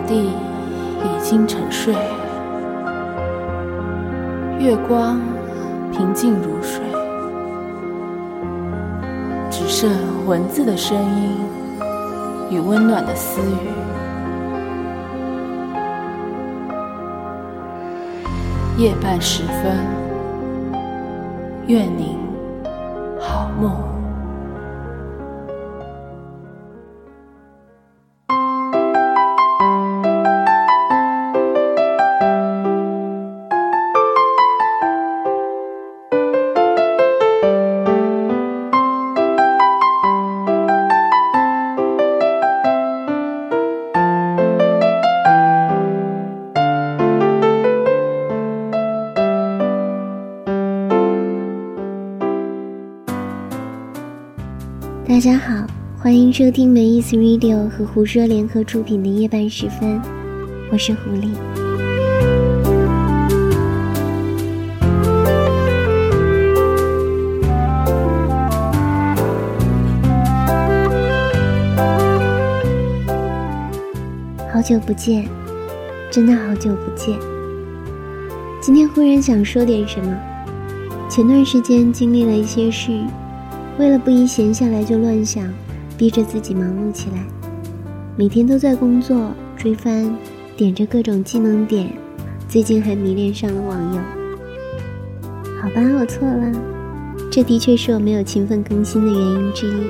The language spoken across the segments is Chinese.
地已经沉睡，月光平静如水，只剩文字的声音与温暖的私语。夜半时分，愿您好梦。 大家好，欢迎收听没意思 Radio 和胡说联合出品的夜半时分，我是狐狸。好久不见，真的好久不见。今天忽然想说点什么。前段时间经历了一些事，为了不宜闲下来就乱想，逼着自己忙碌起来，每天都在工作追番，点着各种技能点，最近还迷恋上了网游。好吧，我错了，这的确是我没有勤奋更新的原因之一。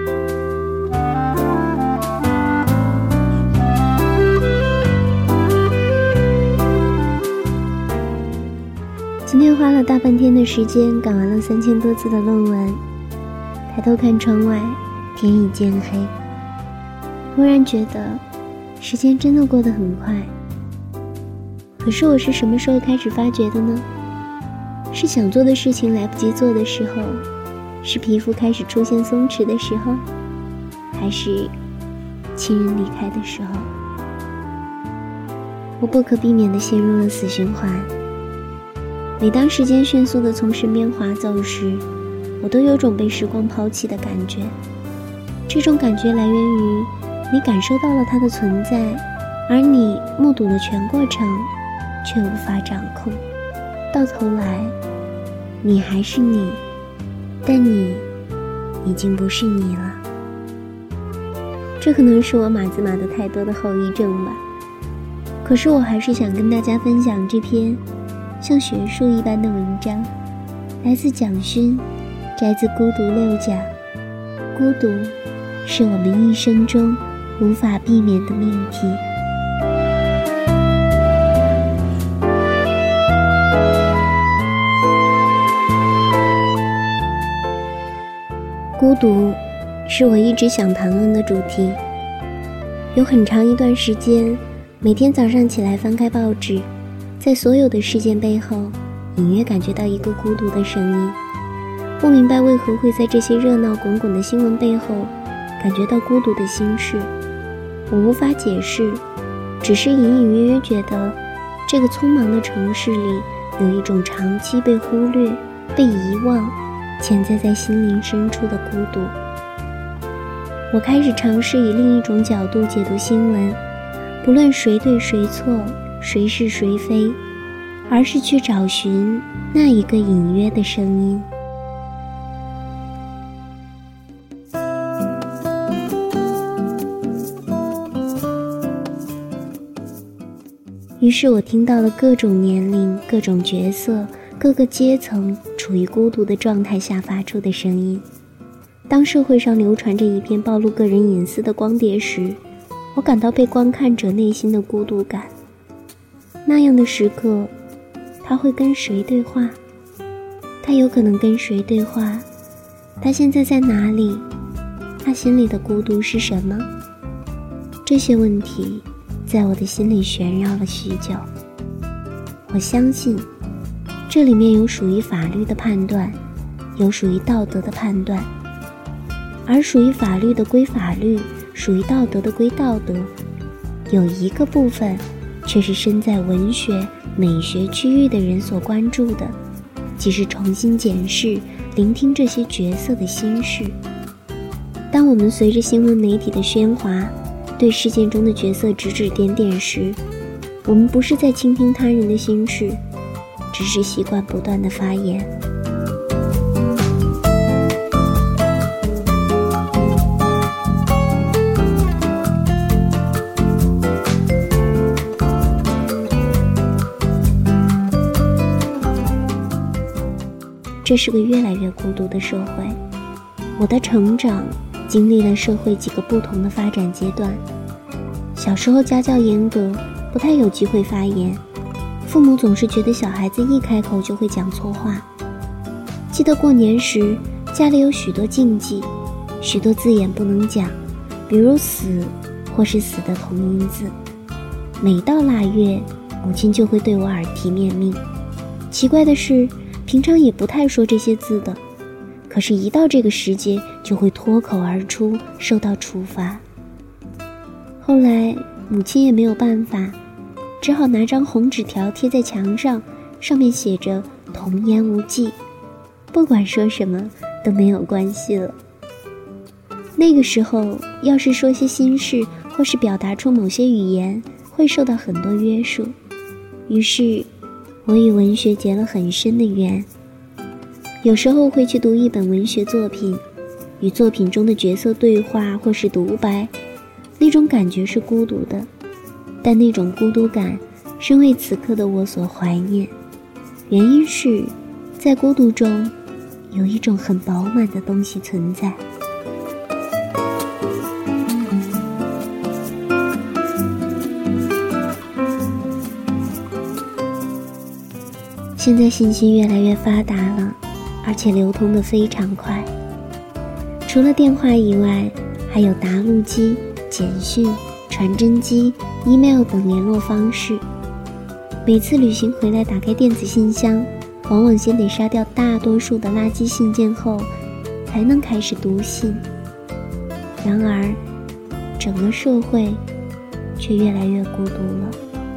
今天花了大半天的时间赶完了3000多字的论文，抬头看窗外，天已渐黑，忽然觉得时间真的过得很快。可是我是什么时候开始发觉的呢？是想做的事情来不及做的时候，是皮肤开始出现松弛的时候，还是亲人离开的时候？我不可避免地陷入了死循环。每当时间迅速地从身边滑走时，我都有种被时光抛弃的感觉。这种感觉来源于你感受到了它的存在，而你目睹了全过程，却无法掌控。到头来，你还是你，但你已经不是你了。这可能是我码字码的太多的后遗症吧。可是我还是想跟大家分享这篇像学术一般的文章，来自蒋勋，摘自孤独6讲。孤独是我们一生中无法避免的命题。孤独是我一直想谈论的主题。有很长一段时间，每天早上起来翻开报纸，在所有的事件背后隐约感觉到一个孤独的声音。不明白为何会在这些热闹滚滚的新闻背后感觉到孤独的心事，我无法解释，只是隐隐约约觉得这个匆忙的城市里有一种长期被忽略、被遗忘、潜在在心灵深处的孤独。我开始尝试以另一种角度解读新闻，不论谁对谁错，谁是谁非，而是去找寻那一个隐约的声音。于是我听到了各种年龄、各种角色、各个阶层处于孤独的状态下发出的声音。当社会上流传着一片暴露个人隐私的光碟时，我感到被观看者内心的孤独感。那样的时刻，他会跟谁对话？他有可能跟谁对话？他现在在哪里？他心里的孤独是什么？这些问题在我的心里旋绕了许久。我相信这里面有属于法律的判断，有属于道德的判断，而属于法律的归法律，属于道德的归道德。有一个部分却是身在文学、美学区域的人所关注的，即是重新检视、聆听这些角色的心事。当我们随着新闻媒体的喧哗， 对事件中的角色指指点点时，我们不是在倾听他人的心事，只是习惯不断的发言。这是个越来越孤独的社会。我的成长经历了社会几个不同的发展阶段。小时候家教严格，不太有机会发言，父母总是觉得小孩子一开口就会讲错话。记得过年时，家里有许多禁忌，许多字眼不能讲，比如死或是死的同音字。每到腊月，母亲就会对我耳提面命。奇怪的是，平常也不太说这些字的，可是一到这个时节就会脱口而出，受到处罚。后来母亲也没有办法，只好拿张红纸条贴在墙上，上面写着童言无忌，不管说什么都没有关系了。那个时候要是说些心事，或是表达出某些语言，会受到很多约束。于是我与文学结了很深的缘，有时候会去读一本文学作品，与作品中的角色对话或是独白，那种感觉是孤独的，但那种孤独感是为此刻的我所怀念。原因是在孤独中有一种很饱满的东西存在。现在信息越来越发达了，而且流通得非常快。除了电话以外，还有答录机、简讯、传真机、email 等联络方式。每次旅行回来打开电子信箱，往往先得杀掉大多数的垃圾信件后，才能开始读信。然而，整个社会却越来越孤独了。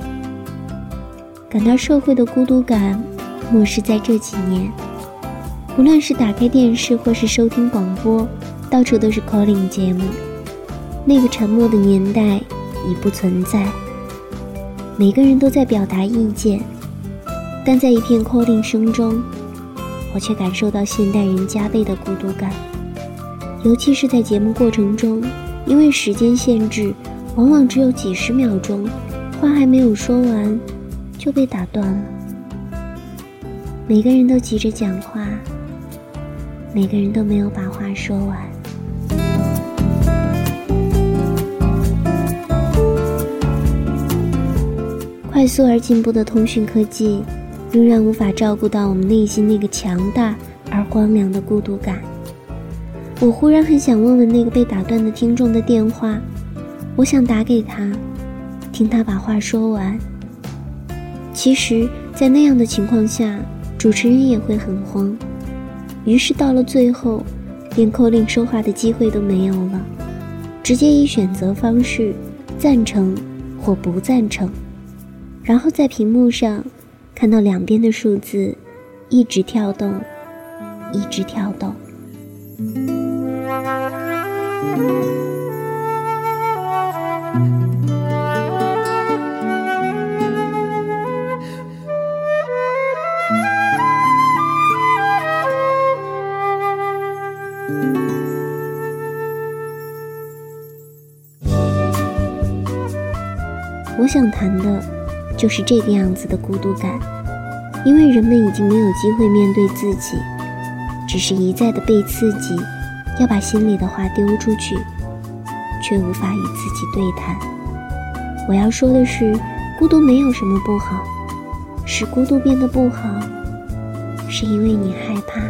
感到社会的孤独感，莫是在这几年，无论是打开电视或是收听广播，到处都是 calling 节目。那个沉默的年代已不存在，每个人都在表达意见，但在一片 calling 声中，我却感受到现代人加倍的孤独感。尤其是在节目过程中，因为时间限制，往往只有几十秒钟，话还没有说完就被打断了。每个人都急着讲话，每个人都没有把话说完。快速而进步的通讯科技，仍然无法照顾到我们内心那个强大而荒凉的孤独感。我忽然很想问问那个被打断的听众的电话，我想打给他，听他把话说完。其实，在那样的情况下，主持人也会很慌，于是到了最后，连口令说话的机会都没有了，直接以选择方式赞成或不赞成，然后在屏幕上看到两边的数字一直跳动，一直跳动。我想谈的就是这个样子的孤独感，因为人们已经没有机会面对自己，只是一再的被刺激，要把心里的话丢出去，却无法与自己对谈。我要说的是，孤独没有什么不好，使孤独变得不好，是因为你害怕。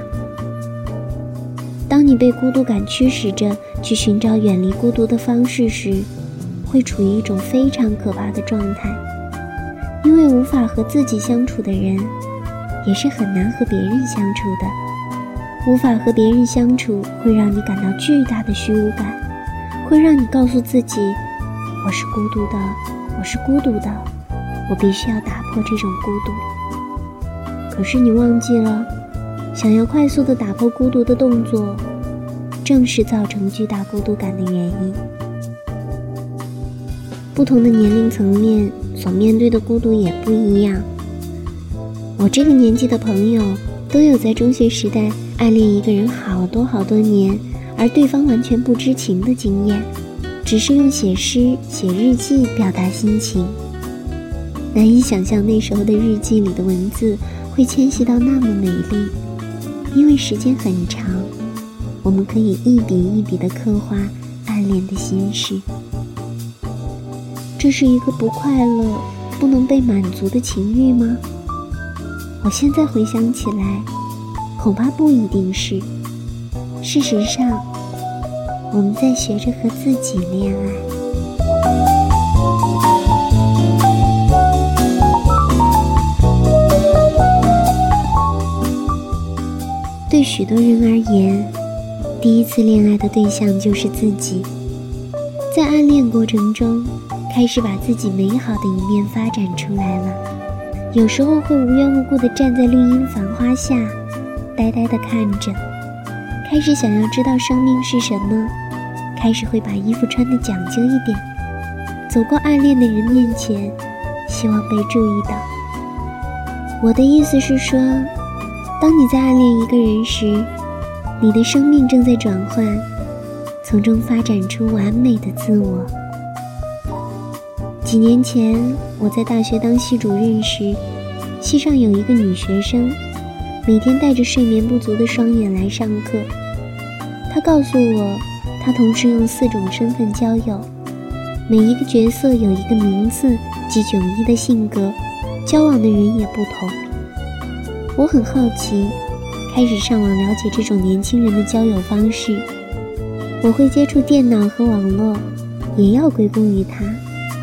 当你被孤独感驱使着去寻找远离孤独的方式时，会处于一种非常可怕的状态。因为无法和自己相处的人，也是很难和别人相处的。无法和别人相处，会让你感到巨大的虚无感，会让你告诉自己，我是孤独的，我是孤独的，我必须要打破这种孤独。可是你忘记了，想要快速地打破孤独的动作，正是造成巨大孤独感的原因。 不同的年龄层面所面对的孤独也不一样。我这个年纪的朋友都有在中学时代暗恋一个人好多年，而对方完全不知情的经验，只是用写诗写日记表达心情。难以想象那时候的日记里的文字会纤细到那么美丽，因为时间很长，我们可以一笔一笔地刻画暗恋的心事。这是一个不快乐不能被满足的情欲吗？我现在回想起来，恐怕不一定是。事实上，我们在学着和自己恋爱。对许多人而言，第一次恋爱的对象就是自己。在暗恋过程中，开始把自己美好的一面发展出来了。有时候会无缘无故地站在绿荫繁花下，呆呆地看着，开始想要知道生命是什么，开始会把衣服穿得讲究一点，走过暗恋的人面前，希望被注意到。我的意思是说，当你在暗恋一个人时，你的生命正在转换，从中发展出完美的自我。几年前，我在大学当系主任时，系上有一个女学生，每天带着睡眠不足的双眼来上课。她告诉我，她同时用4种身份交友，每一个角色有一个名字及迥异的性格，交往的人也不同。我很好奇，开始上网了解这种年轻人的交友方式。我会接触电脑和网络，也要归功于她。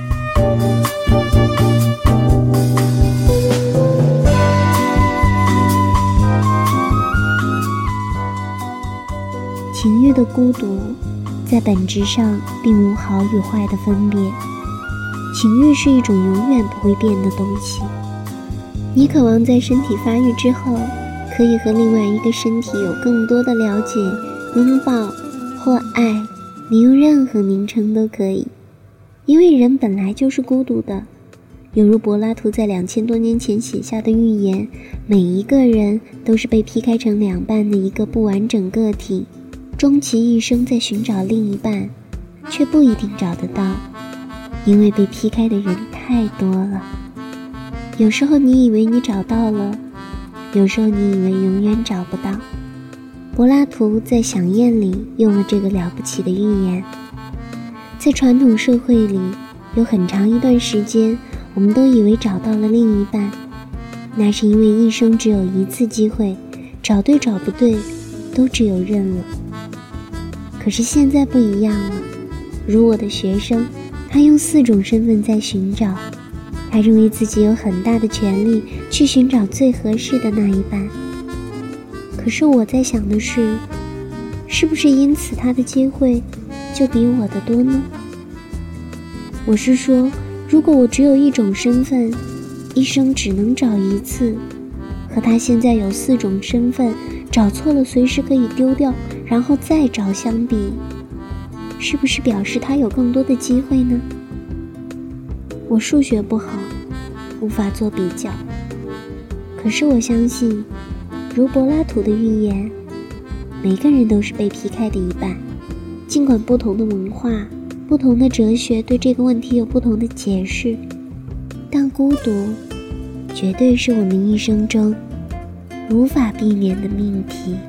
情欲的孤独在本质上并无好与坏的分别，情欲是一种永远不会变的东西。你渴望在身体发育之后，可以和另外一个身体有更多的了解、拥抱或爱，你用任何名称都可以。因为人本来就是孤独的，犹如柏拉图在2000多年前写下的预言，每一个人都是被劈开成2半的一个不完整个体，终其一生在寻找另一半，却不一定找得到，因为被劈开的人太多了。有时候你以为你找到了，有时候你以为永远找不到。柏拉图在《响宴》里用了这个了不起的预言。在传统社会里，有很长一段时间，我们都以为找到了另一半，那是因为一生只有一次机会，找对找不对，都只有认了。可是现在不一样了，如我的学生，他用4种身份在寻找，他认为自己有很大的权利去寻找最合适的那一半。可是我在想的是，是不是因此他的机会就比我的多呢？我是说，如果我只有一种身份，一生只能找一次，和他现在有4种身份，找错了随时可以丢掉，然后再找相比，是不是表示他有更多的机会呢？我数学不好，无法做比较，可是我相信，如柏拉图的预言，每个人都是被劈开的一半。尽管不同的文化、不同的哲学对这个问题有不同的解释，但孤独绝对是我们一生中无法避免的命题。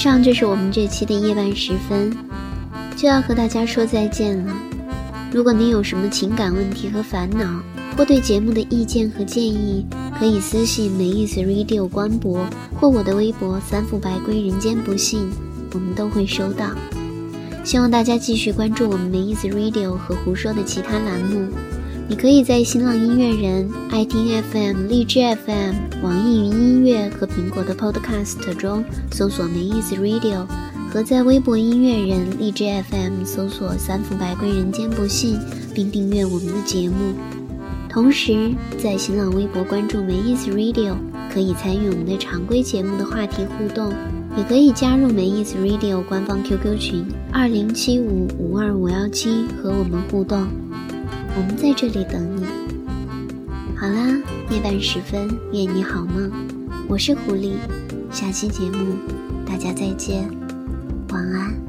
以上就是我们这期的夜半时分，就要和大家说再见了。如果您有什么情感问题和烦恼，或对节目的意见和建议，可以私信没意思 Radio 官博或我的微博三副白龟人间不幸，我们都会收到。希望大家继续关注我们没意思 Radio 和胡说的其他栏目。你可以在新浪音乐人、爱听 FM、荔枝 FM、网易云音乐和苹果的 Podcast 中搜索没意思 Radio， 和在微博音乐人、荔枝 FM 搜索三副白龟人间不幸，并订阅我们的节目。同时在新浪微博关注没意思 Radio， 可以参与我们的常规节目的话题互动，也可以加入没意思 Radio 官方 QQ 群2075525517和我们互动，我们在这里等你。好啦，夜半时分，愿你好梦，我是狐狸，下期节目大家再见，晚安。